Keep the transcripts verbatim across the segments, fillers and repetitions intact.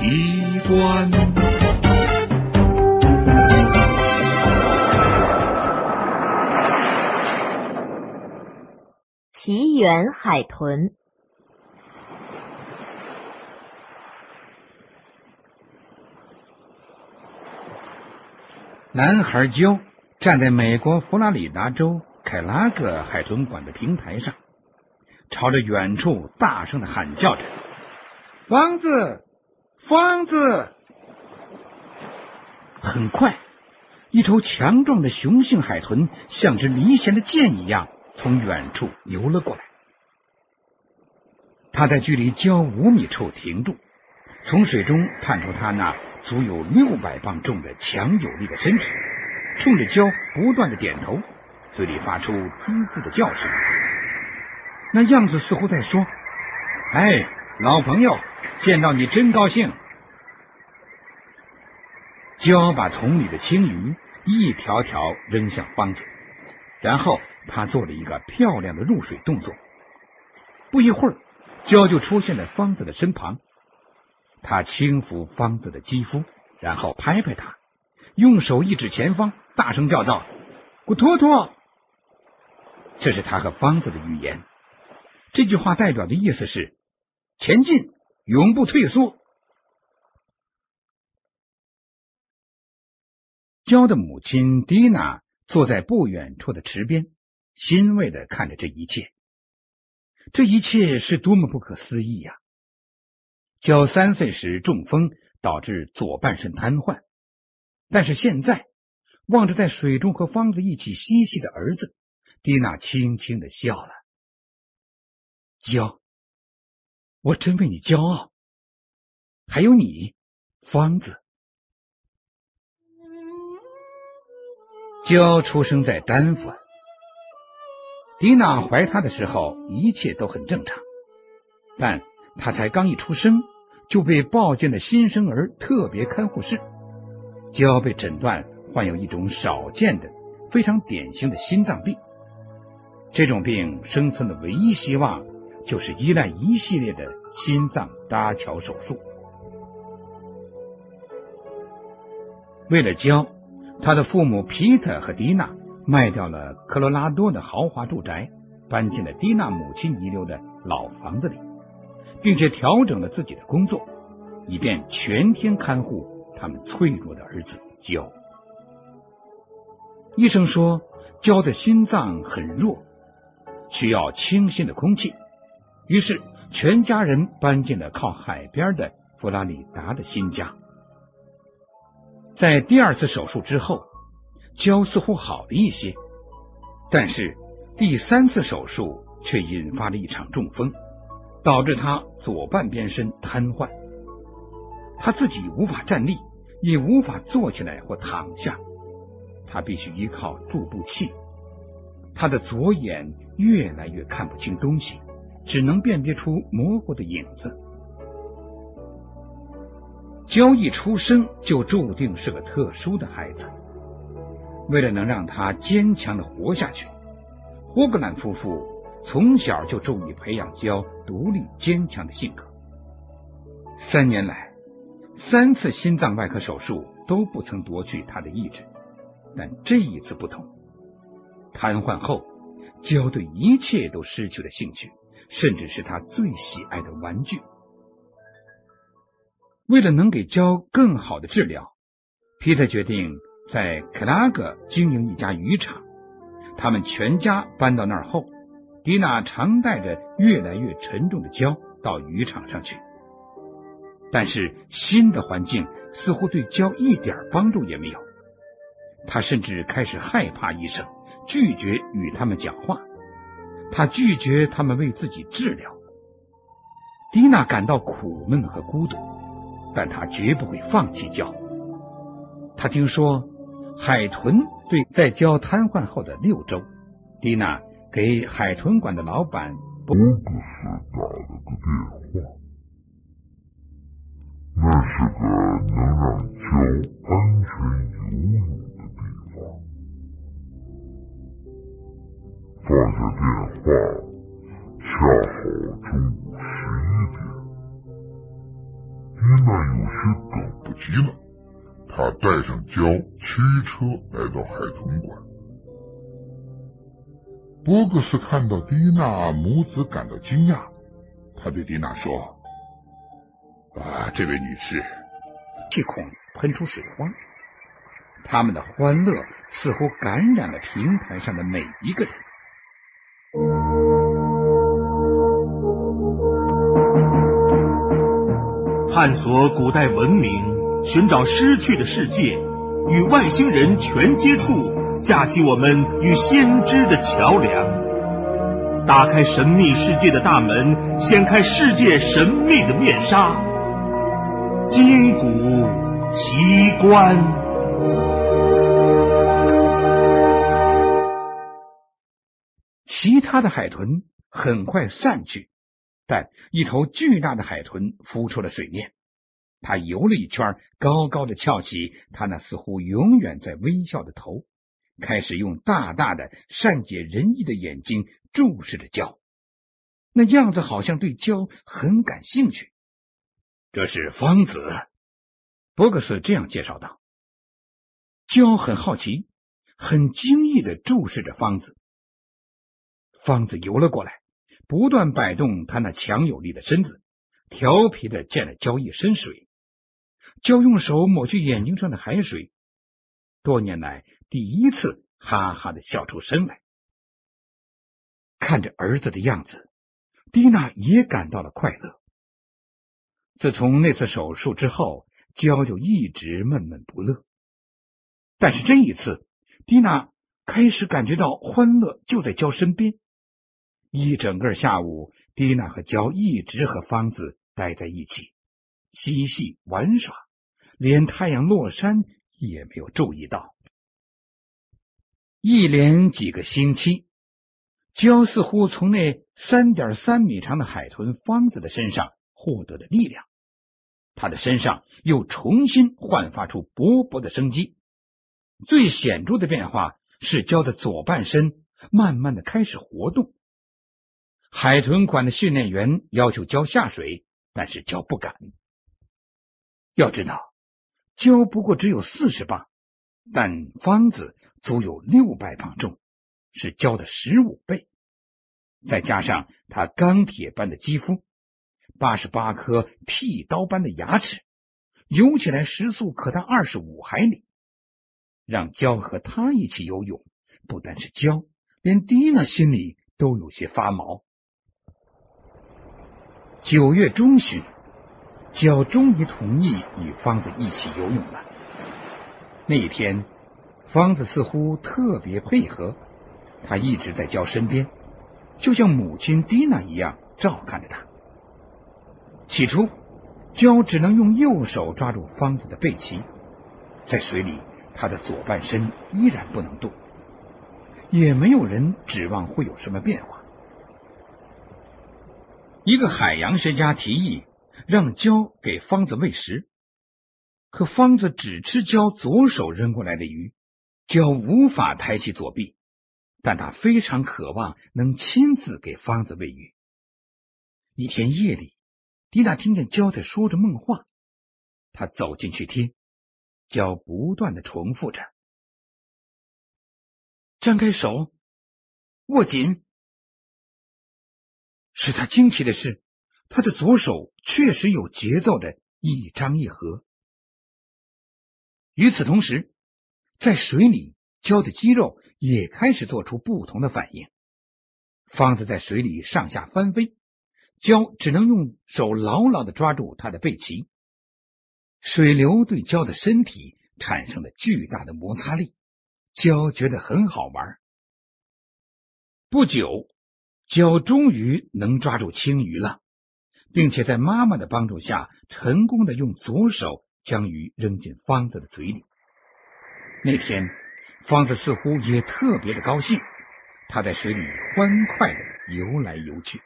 奇观。 奇缘海豚。 男孩焦站在美国佛罗里达州凯拉格海豚馆的平台上，朝着远处大声的喊叫着：“房子，房子！”很快，一头强壮的雄性海豚像只离弦的箭一样从远处游了过来。它在距离焦五米处停住，从水中探出它那足有六百磅重的强有力的身体，冲着焦不断的点头，嘴里发出滋滋的叫声，那样子似乎在说：“哎，老朋友，见到你真高兴。”焦把桶里的青鱼一条条扔向方子，然后他做了一个漂亮的入水动作。不一会儿，焦就出现在方子的身旁，他轻抚方子的肌肤，然后拍拍他，用手一指前方，大声叫道：“古托托！”这是他和方子的语言。这句话代表的意思是前进，永不退缩。焦的母亲蒂娜坐在不远处的池边，欣慰地看着这一切。这一切是多么不可思议呀！焦三岁时中风，导致左半身瘫痪，但是现在望着在水中和方子一起嬉戏的儿子，蒂娜轻轻地笑了。焦，我真为你骄傲，还有你，方子。焦出生在丹佛，蒂娜怀他的时候一切都很正常，但他才刚一出生就被抱进了新生儿特别看护室。焦被诊断患有一种少见的非常典型的心脏病，这种病生存的唯一希望就是依赖一系列的心脏搭桥手术。为了焦，他的父母皮特和蒂娜卖掉了科罗拉多的豪华住宅，搬进了蒂娜母亲遗留的老房子里，并且调整了自己的工作，以便全天看护他们脆弱的儿子焦。医生说焦的心脏很弱，需要清新的空气，于是全家人搬进了靠海边的佛罗里达的新家。在第二次手术之后，焦似乎好了一些，但是第三次手术却引发了一场中风，导致他左半边身瘫痪。他自己无法站立，也无法坐起来或躺下，他必须依靠助步器。他的左眼越来越看不清东西，只能辨别出模糊的影子。焦一出生就注定是个特殊的孩子，为了能让他坚强的活下去，霍格兰夫妇从小就注意培养焦独立坚强的性格。三年来，三次心脏外科手术都不曾夺去他的意志，但这一次不同。瘫痪后，焦对一切都失去了兴趣，甚至是他最喜爱的玩具。为了能给焦更好的治疗，皮特决定在克拉格经营一家渔场。他们全家搬到那儿后，蒂娜常带着越来越沉重的焦到渔场上去。但是新的环境似乎对焦一点帮助也没有，他甚至开始害怕医生，拒绝与他们讲话，他拒绝他们为自己治疗。蒂娜感到苦闷和孤独，但他绝不会放弃焦。他听说海豚对在焦瘫痪后的六周，蒂娜给海豚馆的老板波克斯打了个电话，那是个能让焦安全游泳的地方。放下电话，恰好中午十一点。蒂娜有些等不及了，他带上胶驱车来到海豚馆。波克斯看到蒂娜母子感到惊讶，他对蒂娜说：啊，这位女士， 气孔喷出水花，他们的欢乐似乎感染了平台上的每一个人。 探索古代文明，寻找失去的世界，与外星人全接触，架起我们与先知的桥梁，打开神秘世界的大门，掀开世界神秘的面纱，金古奇观。 其他的海豚很快散去，但一头巨大的海豚浮出了水面。它游了一圈，高高的翘起它那似乎永远在微笑的头，开始用大大的善解人意的眼睛注视着胶，那样子好像对胶很感兴趣。这是方子，伯克斯这样介绍道。胶很好奇，很惊异地注视着方子。方子游了过来，不断摆动他那强有力的身子，调皮地溅了胶一身水。胶用手抹去眼睛上的海水，多年来第一次哈哈地笑出声来。看着儿子的样子，蒂娜也感到了快乐。自从那次手术之后，胶就一直闷闷不乐。但是这一次，蒂娜开始感觉到欢乐就在胶身边。一整个下午，蒂娜和胶一直和方子待在一起，嬉戏玩耍，连太阳落山也没有注意到。一连几个星期，胶似乎从那 三点三 米长的海豚方子的身上获得了力量，他的身上又重新焕发出勃勃的生机。最显著的变化是胶的左半身慢慢的开始活动。海豚馆的训练员要求胶下水，但是胶不敢。要知道，胶不过只有四十磅，但方子足有六百磅重，是胶的十五倍。再加上他钢铁般的肌肤，八十八颗剃刀般的牙齿，游起来时速可达二十五海里。让胶和他一起游泳，不但是胶，连蒂娜心里都有些发毛。九月中旬，胶终于同意与方子一起游泳了。那一天，方子似乎特别配合，他一直在胶身边，就像母亲蒂娜一样照看着他。起初，胶只能用右手抓住方子的背鳍，在水里，他的左半身依然不能动，也没有人指望会有什么变化。一个海洋学家提议让胶给方子喂食，可方子只吃胶左手扔过来的鱼，胶无法抬起左臂，但他非常渴望能亲自给方子喂鱼。一天夜里，蒂娜听见胶在说着梦话，他走进去听，胶不断的重复着：张开手，握紧。使他惊奇的是，他的左手确实有节奏的一张一合。与此同时，在水里，胶的肌肉也开始做出不同的反应。方子在水里上下翻飞，胶只能用手牢牢地抓住他的背鳍。水流对胶的身体产生了巨大的摩擦力，胶觉得很好玩。不久，胶终于能抓住青鱼了，并且在妈妈的帮助下，成功的用左手将鱼扔进方子的嘴里。那天，方子似乎也特别的高兴，他在水里欢快的游来游去。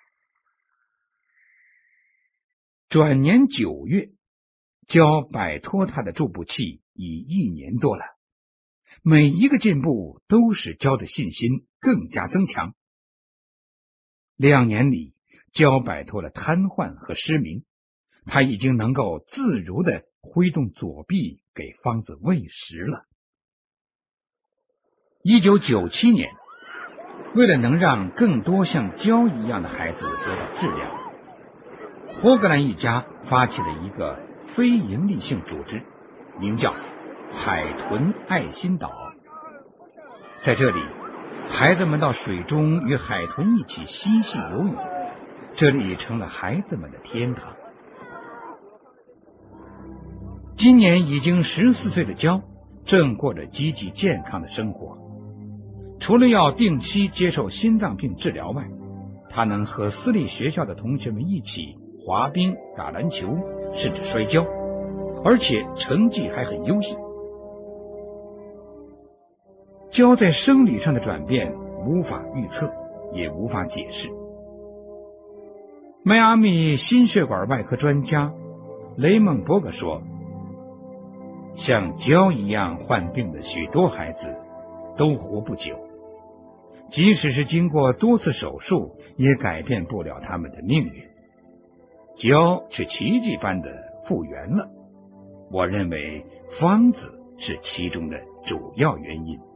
转年九月，胶摆脱他的助步器已一年多了，每一个进步都使胶的信心更加增强。两年里，胶摆脱了瘫痪和失明， 他已经能够自如地挥动左臂给方子喂食了。一九九七年，为了能让更多像焦一样的孩子得到治疗，霍格兰一家发起了一个非营利性组织，名叫海豚爱心岛。在这里，孩子们到水中与海豚一起嬉戏游泳，这里成了孩子们的天堂。今年已经十四岁的焦正过着积极健康的生活，除了要定期接受心脏病治疗外，他能和私立学校的同学们一起滑冰、打篮球，甚至摔跤，而且成绩还很优秀。焦在生理上的转变无法预测，也无法解释。迈阿密心血管外科专家雷蒙伯格说，像焦一样患病的许多孩子都活不久，即使是经过多次手术，也改变不了他们的命运。焦却奇迹般的复原了，我认为方子是其中的主要原因。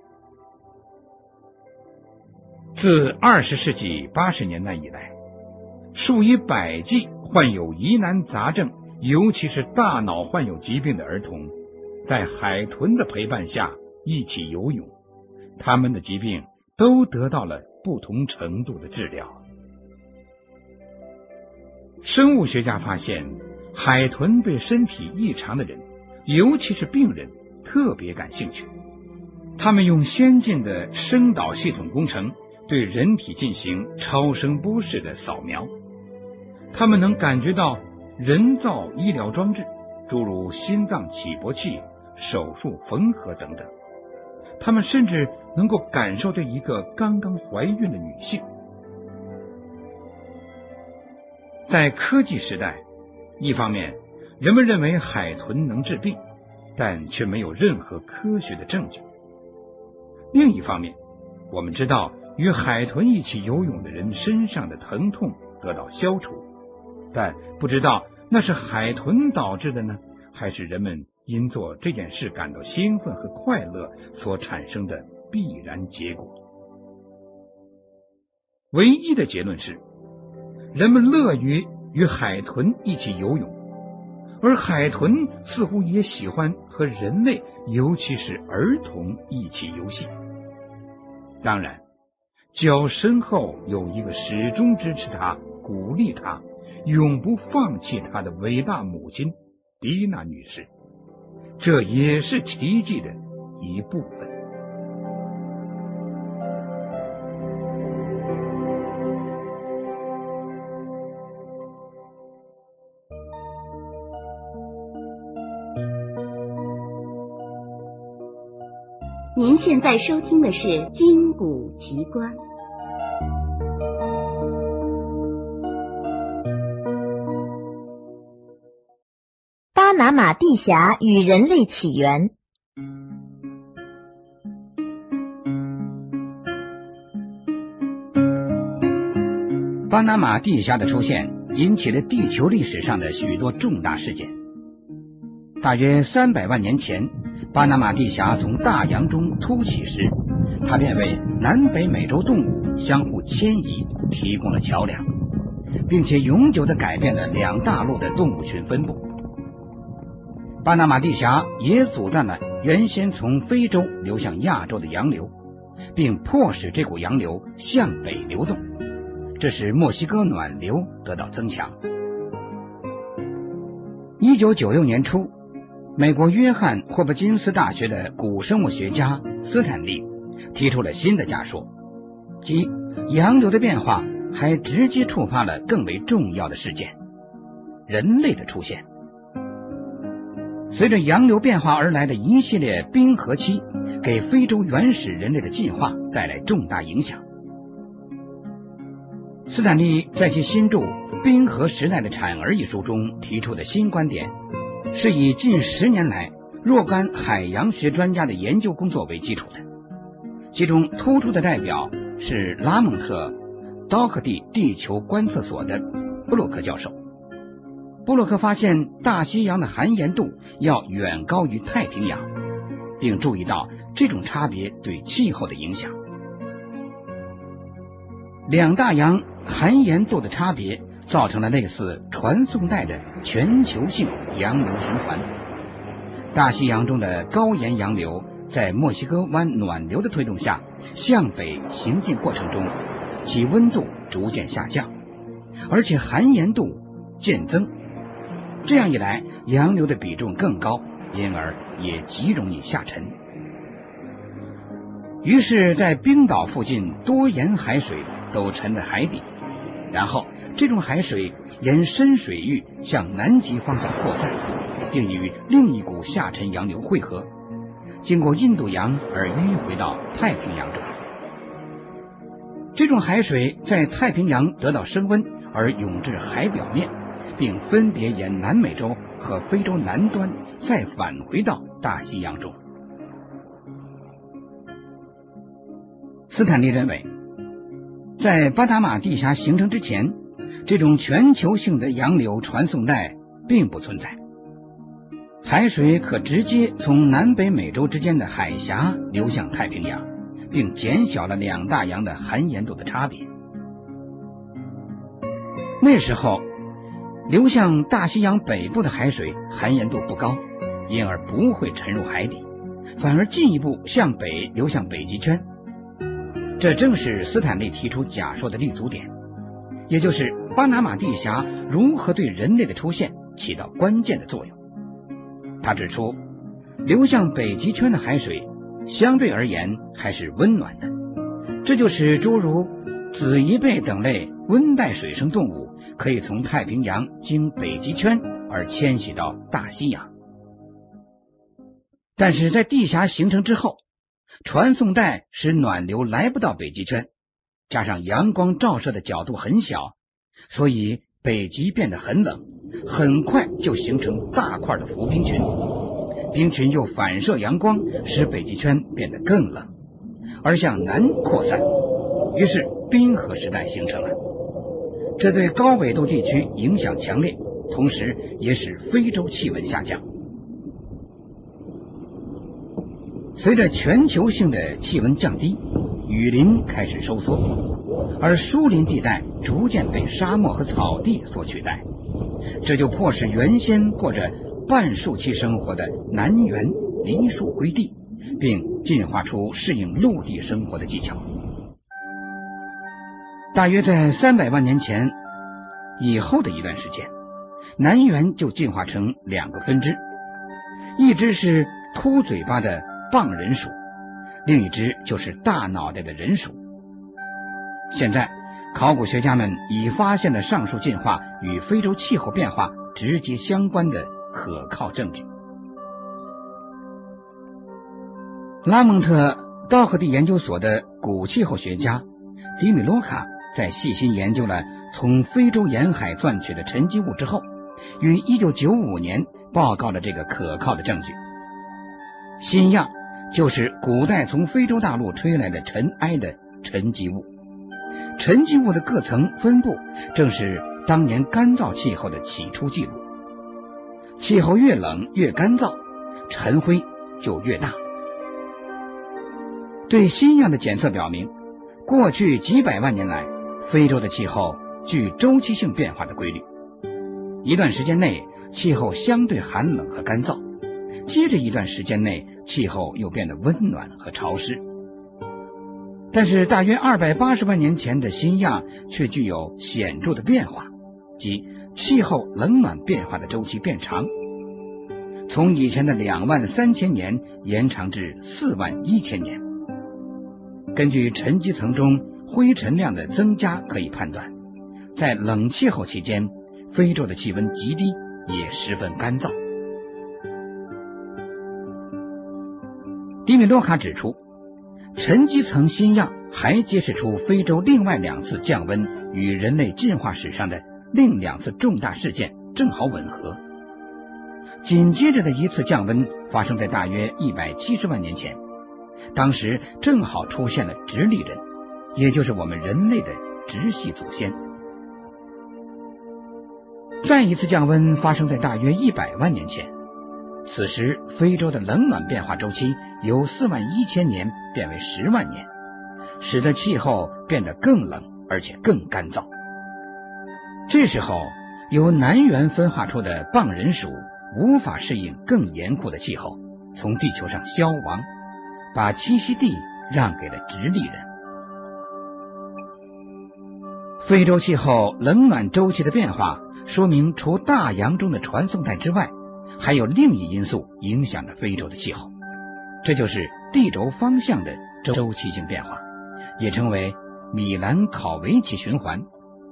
自二十世纪八十年代以来，数以百计患有疑难杂症，尤其是大脑患有疾病的儿童，在海豚的陪伴下一起游泳，他们的疾病都得到了不同程度的治疗。生物学家发现，海豚对身体异常的人，尤其是病人，特别感兴趣。他们用先进的声导系统工程对人体进行超声波式的扫描，他们能感觉到人造医疗装置，诸如心脏起搏器、手术缝合等等。他们甚至能够感受着一个刚刚怀孕的女性。在科技时代，一方面人们认为海豚能治病，但却没有任何科学的证据。另一方面，我们知道与海豚一起游泳的人身上的疼痛得到消除，但不知道那是海豚导致的呢，还是人们因做这件事感到兴奋和快乐所产生的必然结果。唯一的结论是，人们乐于与海豚一起游泳，而海豚似乎也喜欢和人类，尤其是儿童一起游戏。当然，焦身后有一个始终支持他、鼓励他、永不放弃他的伟大母亲迪娜女士，这也是奇迹的一部分。 您现在收听的是《今古奇观》。巴拿马地峡与人类起源。 巴拿马地峡的出现引起了地球历史上的许多重大事件。大约三百万年前，巴拿马地峡从大洋中凸起时，它便为南北美洲动物相互迁移提供了桥梁，并且永久地改变了两大陆的动物群分布。巴拿马地峡也阻断了原先从非洲流向亚洲的洋流，并迫使这股洋流向北流动，这使墨西哥暖流得到增强。一九九六年初，美国约翰霍普金斯大学的古生物学家斯坦利提出了新的假说，即洋流的变化还直接触发了更为重要的事件——人类的出现。随着洋流变化而来的一系列冰河期，给非洲原始人类的进化带来重大影响。斯坦利在其新著《冰河时代的产儿》一书中提出的新观点，是以近十年来若干海洋学专家的研究工作为基础的，其中突出的代表是拉蒙特道克蒂地球观测所的布鲁克教授。 布洛克发现大西洋的含盐度要远高于太平洋，并注意到这种差别对气候的影响。两大洋含盐度的差别造成了类似传送带的全球性洋流循环。大西洋中的高盐洋流在墨西哥湾暖流的推动下向北行进过程中，其温度逐渐下降，而且含盐度渐增。这样一来，洋流的比重更高，因而也极容易下沉。于是在冰岛附近多盐海水都沉在海底，然后这种海水沿深水域向南极方向扩散，并与另一股下沉洋流汇合，经过印度洋而迂回到太平洋中。这种海水在太平洋得到升温而涌至海表面，并分别沿南美洲和非洲南端再返回到大西洋中。斯坦利认为，在巴拿马地峡形成之前，这种全球性的洋流传送带并不存在。海水可直接从南北美洲之间的海峡流向太平洋，并减小了两大洋的含盐度的差别。那时候流向大西洋北部的海水含盐度不高，因而不会沉入海底，反而进一步向北流向北极圈。这正是斯坦利提出假说的立足点，也就是巴拿马地峡如何对人类的出现起到关键的作用。他指出，流向北极圈的海水相对而言还是温暖的，这就使诸如紫贻贝等类温带水生动物可以从太平洋经北极圈而迁徙到大西洋。但是在地峡形成之后，传送带使暖流来不到北极圈，加上阳光照射的角度很小，所以北极变得很冷，很快就形成大块的浮冰群，冰群又反射阳光，使北极圈变得更冷，而向南扩散，于是冰河时代形成了。这对高纬度地区影响强烈，同时也使非洲气温下降。随着全球性的气温降低，雨林开始收缩，而疏林地带逐渐被沙漠和草地所取代，这就迫使原先过着半树期生活的南原离树归地，并进化出适应陆地生活的技巧。大约在三百万年前以后的一段时间，南原就进化成两个分支，一只是凸嘴巴的蚌人属，另一只就是大脑袋的人属。现在考古学家们已发现了上述进化与非洲气候变化直接相关的可靠证据。拉蒙特道赫蒂研究所的古气候学家迪米洛卡在细心研究了从非洲沿海钻取的沉积物之后，于一九九五年报告了这个可靠的证据。新样就是古代从非洲大陆吹来的尘埃的沉积物，沉积物的各层分布正是当年干燥气候的起初记录。气候越冷越干燥，尘灰就越大。对新样的检测表明，过去几百万年来，非洲的气候具周期性变化的规律。一段时间内，气候相对寒冷和干燥，接着一段时间内，气候又变得温暖和潮湿。但是大约二百八十万年前的新样却具有显著的变化，即气候冷暖变化的周期变长，从以前的两万三千年延长至四万一千年。根据沉积层中灰尘量的增加可以判断，在冷气候期间，非洲的气温极低，也十分干燥。迪米洛卡指出，沉积层新样还揭示出非洲另外两次降温与人类进化史上的另两次重大事件正好吻合。紧接着的一次降温发生在大约一百七十万年前，当时正好出现了直立人，也就是我们人类的直系祖先。 再一次降温发生在大约一百万年前，此时非洲的冷暖变化周期由四万一千年变为十万年，使得气候变得更冷而且更干燥。这时候由南缘分化出的蚌人属无法适应更严酷的气候，从地球上消亡，把栖息地让给了直立人。非洲气候冷暖周期的变化说明除大洋中的传送带之外，还有另一因素影响着非洲的气候，这就是地轴方向的周期性变化，也称为米兰考维奇循环。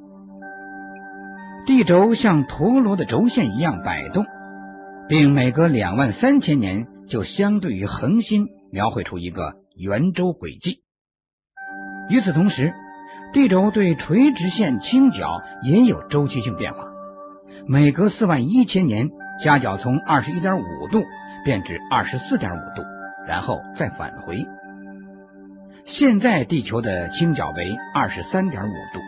地轴像陀螺的轴线一样摆动，并每隔两万三千年就相对于恒星描绘出一个圆周轨迹。与此同时，地轴对垂直线倾角也有周期性变化，每隔四万一千年夹角从 二十一点五 度变至 二十四点五 度，然后再返回。现在地球的倾角为 二十三点五 度。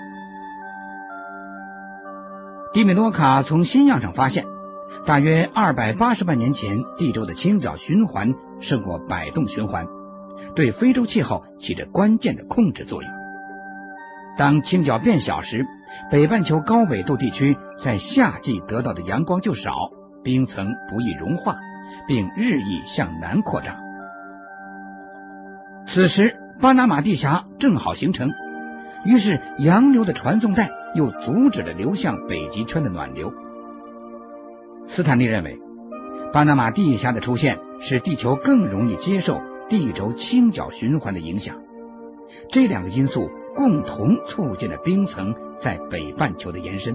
迪米诺卡从新样上发现，大约二百八十万年前地轴的倾角循环胜过摆动循环，对非洲气候起着关键的控制作用。当倾角变小时，北半球高纬度地区在夏季得到的阳光就少，冰层不易融化，并日益向南扩张。此时巴拿马地峡正好形成，于是洋流的传送带又阻止了流向北极圈的暖流。斯坦利认为，巴拿马地峡的出现使地球更容易接受地轴倾角循环的影响，这两个因素共同促进了冰层在北半球的延伸。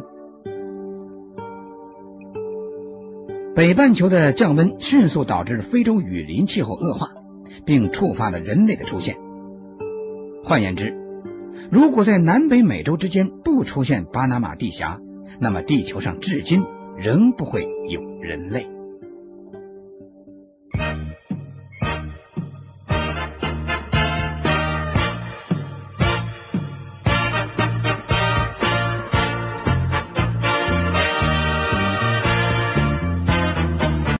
北半球的降温迅速导致非洲雨林气候恶化，并触发了人类的出现。换言之，如果在南北美洲之间不出现巴拿马地峡，那么地球上至今仍不会有人类。